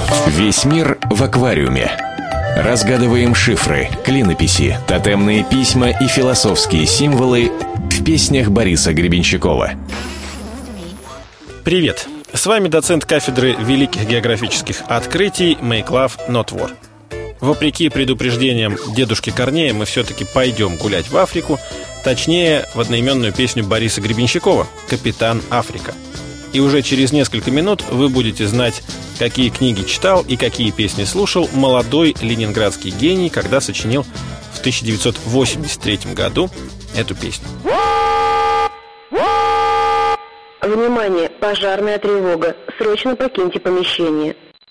Весь мир в аквариуме. Разгадываем шифры, клинописи, тотемные письма и философские символы в песнях Бориса Гребенщикова. Привет! С вами доцент кафедры великих географических открытий Make Love Not War. Вопреки предупреждениям дедушки Корнея, мы все-таки пойдем гулять в Африку, точнее, в одноименную песню Бориса Гребенщикова «Капитан Африка». И уже через несколько минут вы будете знать, какие книги читал и какие песни слушал молодой ленинградский гений, когда сочинил в 1983 году эту песню. Внимание! Пожарная тревога. Срочно покиньте помещение.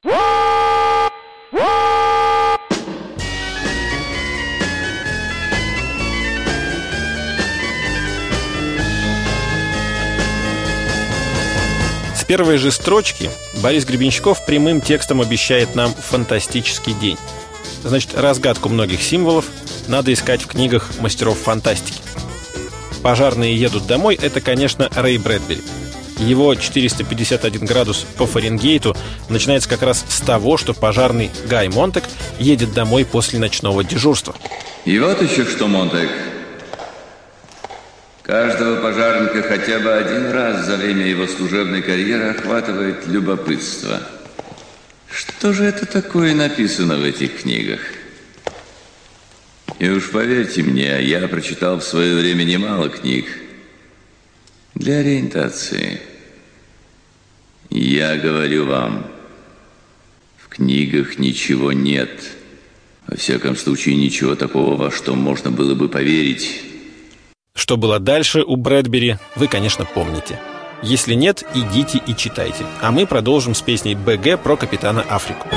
С первой же строчки Борис Гребенщиков прямым текстом обещает нам фантастический день. Значит, разгадку многих символов надо искать в книгах мастеров фантастики. «Пожарные едут домой» — это, конечно, Рэй Брэдбери. Его 451 градус по Фаренгейту начинается как раз с того, что пожарный Гай Монтек едет домой после ночного дежурства. И вот еще что, Монтек. Каждого пожарника хотя бы один раз за время его служебной карьеры охватывает любопытство. Что же это такое написано в этих книгах? И уж поверьте мне, я прочитал в свое время немало книг для ориентации. Я говорю вам, в книгах ничего нет. Во всяком случае, ничего такого, во что можно было бы поверить. Что было дальше у Брэдбери, вы, конечно, помните. Если нет, идите и читайте. А мы продолжим с песней БГ про капитана Африку.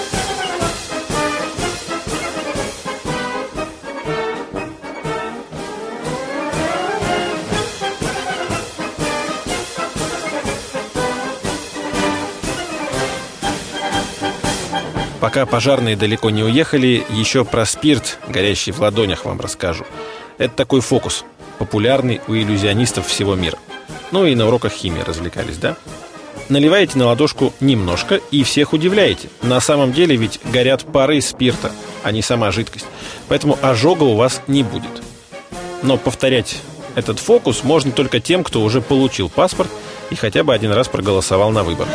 Пока пожарные далеко не уехали, еще про спирт, горящий в ладонях, вам расскажу. Это такой фокус, популярный у иллюзионистов всего мира. Ну и на уроках химии развлекались, да? Наливаете на ладошку немножко и всех удивляете. На самом деле ведь горят пары спирта, а не сама жидкость. Поэтому ожога у вас не будет. Но повторять этот фокус можно только тем, кто уже получил паспорт и хотя бы один раз проголосовал на выборах.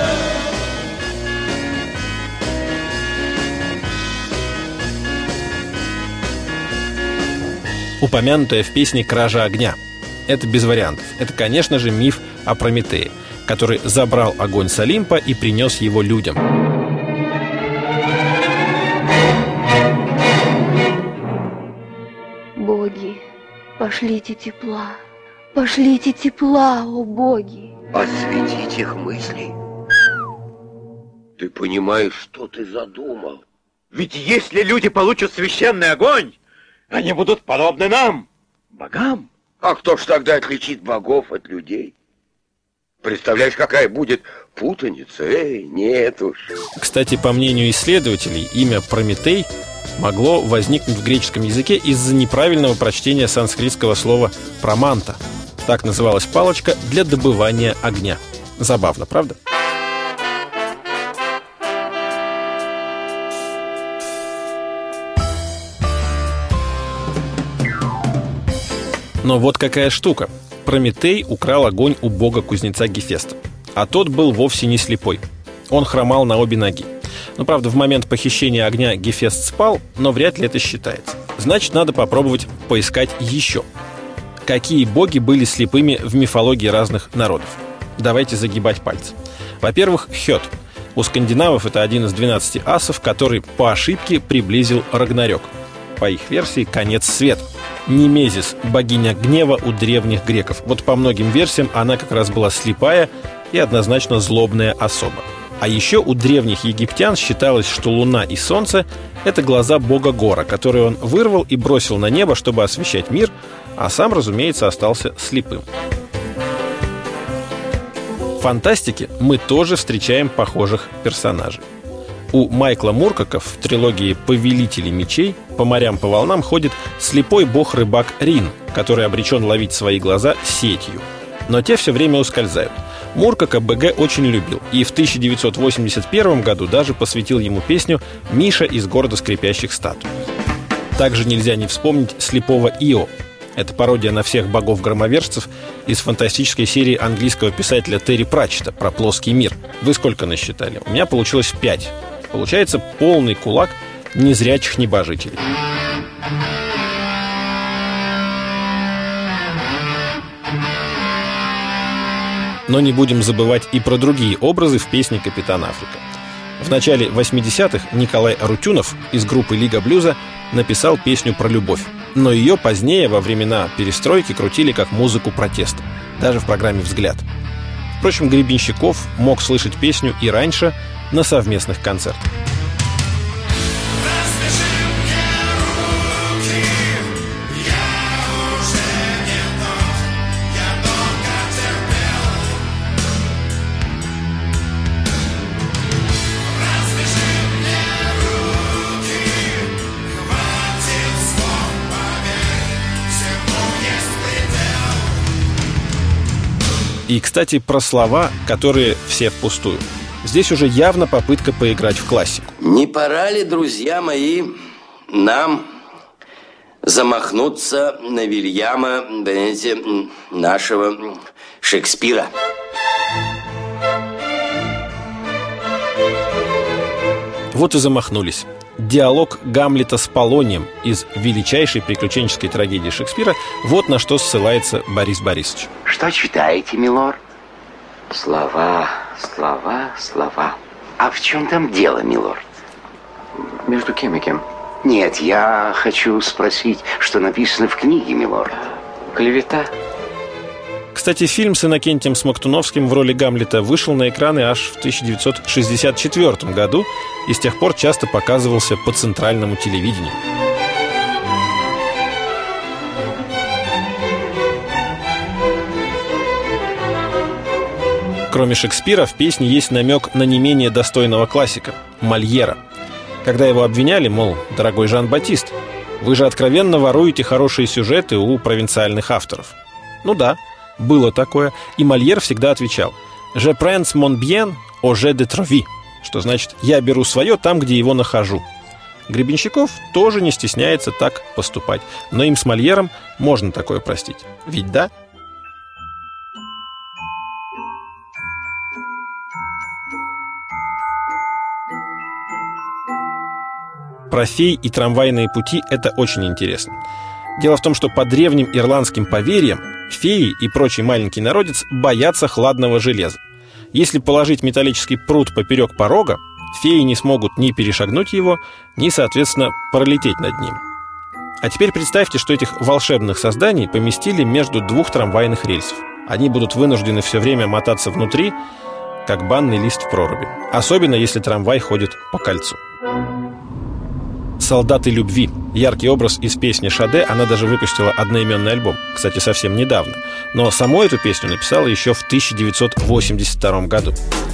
Упомянутая в песне «Кража огня». Это без вариантов. Это, конечно же, миф о Прометее, который забрал огонь с Олимпа и принес его людям. Боги, пошлите тепла, о боги. Осветить их мысли. Ты понимаешь, что ты задумал? Ведь если люди получат священный огонь, они будут подобны нам, богам. А кто ж тогда отличит богов от людей? Представляешь, какая будет путаница? Нет уж. Кстати, по мнению исследователей, имя Прометей могло возникнуть в греческом языке из-за неправильного прочтения санскритского слова «проманта». Так называлась палочка для добывания огня. Забавно, правда? Но вот какая штука. Прометей украл огонь у бога-кузнеца Гефеста. А тот был вовсе не слепой. Он хромал на обе ноги. Ну, правда, в момент похищения огня Гефест спал, но вряд ли это считается. Значит, надо попробовать поискать еще. Какие боги были слепыми в мифологии разных народов? Давайте загибать пальцы. Во-первых, Хёд. У скандинавов это один из 12 асов, который по ошибке приблизил Рагнарёк. По их версии, конец света. Немезис, богиня гнева у древних греков. Вот по многим версиям она как раз была слепая и однозначно злобная особа. А еще у древних египтян считалось, что луна и солнце — это глаза бога Гора, которые он вырвал и бросил на небо, чтобы освещать мир, а сам, разумеется, остался слепым. В фантастике мы тоже встречаем похожих персонажей. У Майкла Муркака в трилогии «Повелители мечей» по морям, по волнам ходит слепой бог-рыбак Рин, который обречен ловить свои глаза сетью. но те все время ускользают. Муркака БГ очень любил и в 1981 году даже посвятил ему песню «Миша из города скрипящих статуй». Также нельзя не вспомнить слепого Ио. Это пародия на всех богов-громовержцев из фантастической серии английского писателя Терри Пратчетта про плоский мир. Вы сколько насчитали? У меня получилось 5. Получается полный кулак незрячих небожителей. Но не будем забывать и про другие образы в песне «Капитан Африка». В начале 80-х Николай Арутюнов из группы «Лига блюза» написал песню про любовь. Но ее позднее, во времена перестройки, крутили как музыку протеста. Даже в программе «Взгляд». Впрочем, Гребенщиков мог слышать песню и раньше на совместных концертах. И, кстати, про слова, которые все впустую. Здесь уже явно попытка поиграть в классику. Не пора ли, друзья мои, нам замахнуться на Вильяма, понимаете, нашего Шекспира? Вот и замахнулись. Диалог Гамлета с Полонием из величайшей приключенческой трагедии Шекспира — вот на что ссылается Борис Борисович. Что читаете, милорд? Слова, слова, слова. А в чем там дело, милорд? Между кем и кем? Нет, я хочу спросить, что написано в книге, милорд. Клевета. Кстати, фильм с Иннокентием Смоктуновским в роли Гамлета вышел на экраны аж в 1964 году и с тех пор часто показывался по центральному телевидению. Кроме Шекспира, в песне есть намек на не менее достойного классика – Мольера. Когда его обвиняли, мол, дорогой Жан-Батист, вы же откровенно воруете хорошие сюжеты у провинциальных авторов. Ну да, было такое, и Мольер всегда отвечал «Je prends mon bien au jeu de trouver», что значит «я беру свое там, где его нахожу». Гребенщиков тоже не стесняется так поступать, но им с Мольером можно такое простить. Ведь да? Про фей и трамвайные пути это очень интересно. Дело в том, что по древним ирландским поверьям феи и прочий маленький народец боятся хладного железа. Если положить металлический прут поперек порога, феи не смогут ни перешагнуть его, ни, соответственно, пролететь над ним. А теперь представьте, что этих волшебных созданий поместили между двух трамвайных рельсов. Они будут вынуждены все время мотаться внутри, как банный лист в проруби. Особенно, если трамвай ходит по кольцу. «Солдаты любви» — яркий образ из песни Шаде. Она даже выпустила одноименный альбом, кстати, совсем недавно. Но саму эту песню написала еще в 1982 году.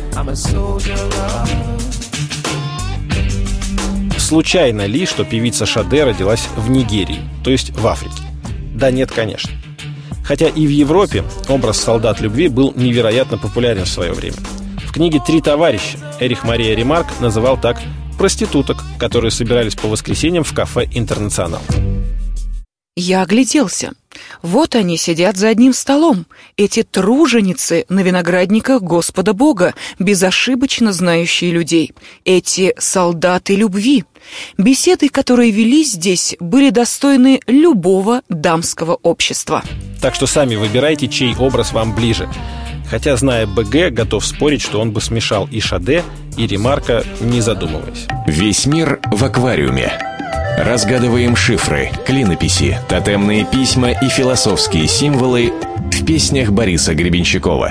Случайно ли, что певица Шаде родилась в Нигерии, то есть в Африке? Да нет, конечно. Хотя и в Европе образ солдат любви был невероятно популярен в свое время. В книге «Три товарища» Эрих Мария Ремарк называл так проституток, которые собирались по воскресеньям в кафе «Интернационал». Я огляделся. Вот они сидят за одним столом, эти труженицы на виноградниках Господа Бога, безошибочно знающие людей, эти солдаты любви. Беседы, которые велись здесь, были достойны любого дамского общества. Так что сами выбирайте, чей образ вам ближе. Хотя, зная БГ, готов спорить, что он бы смешал и Шаде, и Ремарка, не задумываясь. Весь мир в аквариуме. Разгадываем шифры, клинописи, тотемные письма и философские символы в песнях Бориса Гребенщикова.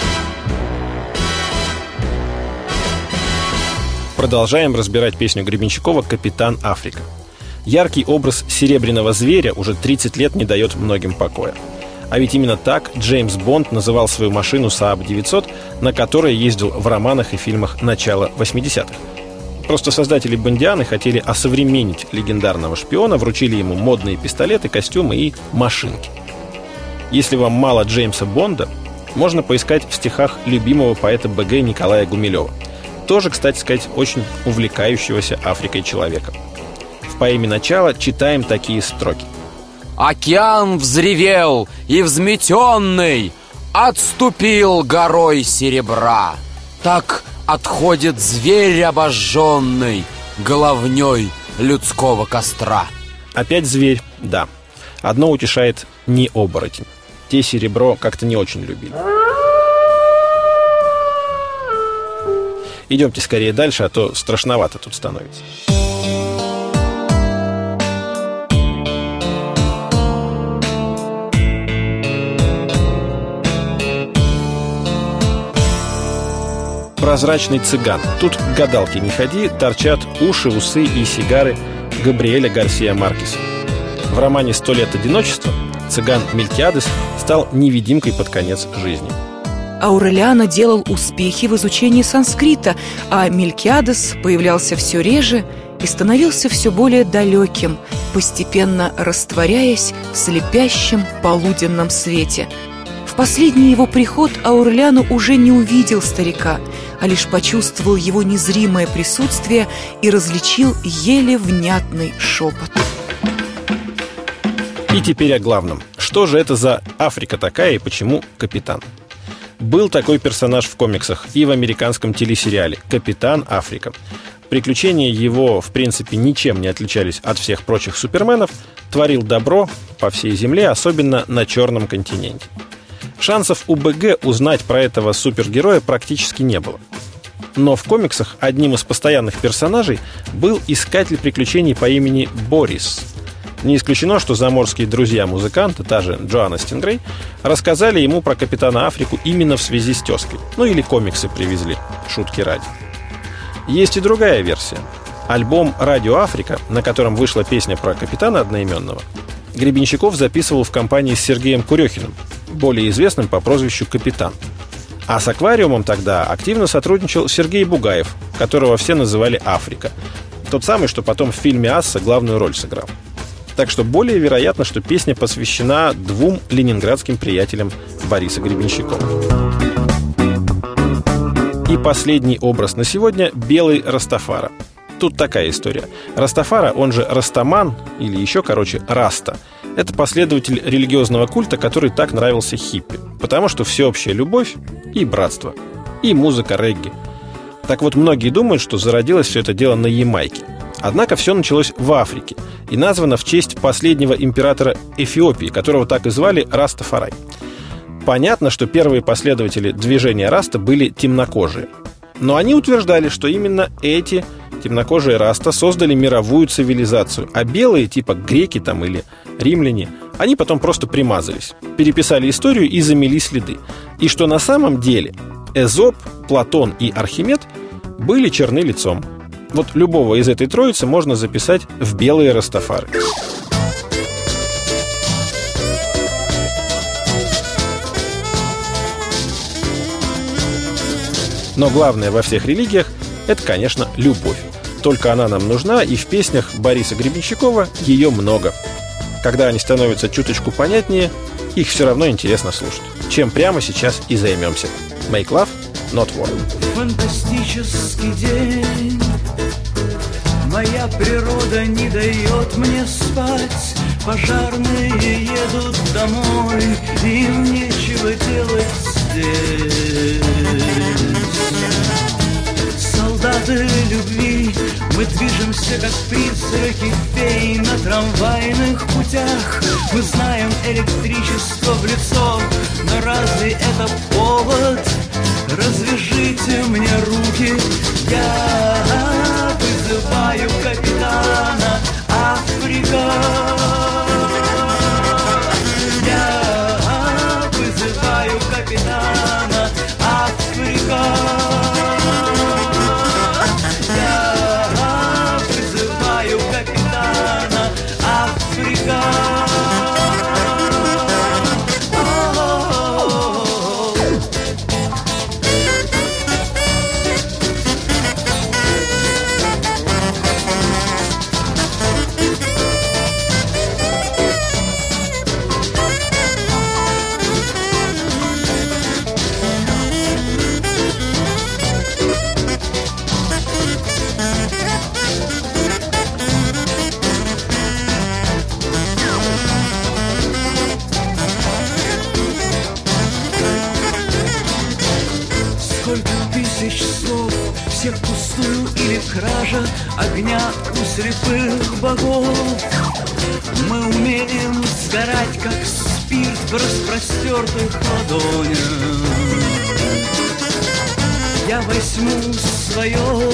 Продолжаем разбирать песню Гребенщикова «Капитан Африка». Яркий образ серебряного зверя уже 30 лет не дает многим покоя. А ведь именно так Джеймс Бонд называл свою машину Saab 900, на которой ездил в романах и фильмах начала 80-х. Просто создатели Бондианы хотели осовременить легендарного шпиона, вручили ему модные пистолеты, костюмы и машинки. Если вам мало Джеймса Бонда, можно поискать в стихах любимого поэта БГ Николая Гумилева. Тоже, кстати сказать, очень увлекающегося Африкой человека. В поэме «Начало» читаем такие строки. «Океан взревел и взметенный отступил горой серебра. Так отходит зверь обожженный головней людского костра». Опять зверь, да. Одно утешает: не оборотень. Те серебро как-то не очень любили. Идемте скорее дальше, а то страшновато тут становится. Прозрачный цыган. Тут к гадалке не ходи, торчат уши, усы и сигары Габриэля Гарсия Маркеса. В романе «100 лет одиночества» цыган Мелькиадес стал невидимкой под конец жизни. Аурелиано делал успехи в изучении санскрита, а Мелькиадес появлялся все реже и становился все более далеким, постепенно растворяясь в слепящем полуденном свете. В последний его приход Аурелиано уже не увидел старика, а лишь почувствовал его незримое присутствие и различил еле внятный шепот. И теперь о главном. Что же это за Африка такая и почему капитан? Был такой персонаж в комиксах и в американском телесериале «Капитан Африка». Приключения его, в принципе, ничем не отличались от всех прочих суперменов. Творил добро по всей земле, особенно на Черном континенте. Шансов у БГ узнать про этого супергероя практически не было. Но в комиксах одним из постоянных персонажей был искатель приключений по имени Борис. Не исключено, что заморские друзья-музыканты, та же Джоанна Стингрей, рассказали ему про Капитана Африку именно в связи с тезкой. Ну или комиксы привезли, шутки ради. Есть и другая версия. Альбом «Радио Африка», на котором вышла песня про капитана одноименного, Гребенщиков записывал в компании с Сергеем Курехиным, более известным по прозвищу «Капитан». А с «Аквариумом» тогда активно сотрудничал Сергей Бугаев, которого все называли «Африка». Тот самый, что потом в фильме «Асса» главную роль сыграл. Так что более вероятно, что песня посвящена двум ленинградским приятелям Бориса Гребенщикова. И последний образ на сегодня – белый Растафара. Тут такая история. Растафара, он же Растаман, или еще короче Раста, это последователь религиозного культа, который так нравился хиппи. Потому что всеобщая любовь и братство, и музыка регги. Так вот, многие думают, что зародилось все это дело на Ямайке. Однако все началось в Африке и названо в честь последнего императора Эфиопии, которого так и звали Растафарай. Понятно, что первые последователи движения Раста были темнокожие. Но они утверждали, что именно эти темнокожие Раста создали мировую цивилизацию, а белые, типа греки там или римляне, они потом просто примазались, переписали историю и замели следы. И что на самом деле Эзоп, Платон и Архимед были черны лицом. Вот любого из этой троицы можно записать в белые Растафары. Но главное во всех религиях – это, конечно, любовь. Только она нам нужна, и в песнях Бориса Гребенщикова ее много. Когда они становятся чуточку понятнее, их все равно интересно слушать. Чем прямо сейчас и займемся. Make love, not war. Фантастический день. Моя природа не дает мне спать. Пожарные едут домой, им нечего делать здесь. Солдаты любви, мы движемся как призраки фей на трамвайных путях. Мы знаем электричество в лицо, но разве это повод? Развяжите мне руки, я вызываю капитана Африка. Я вызываю капитана Африка. Я вызываю капитана Африка. впустую или кража огня у слепых богов. Мы умеем сгорать, как спирт в распростертых ладонях. Я возьму свое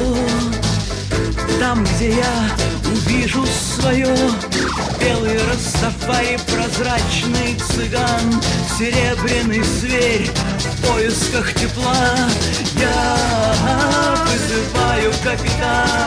там, где я увижу свое. Белый Растафари, прозрачный цыган, серебряный зверь в поисках тепла. Я вызываю капитана.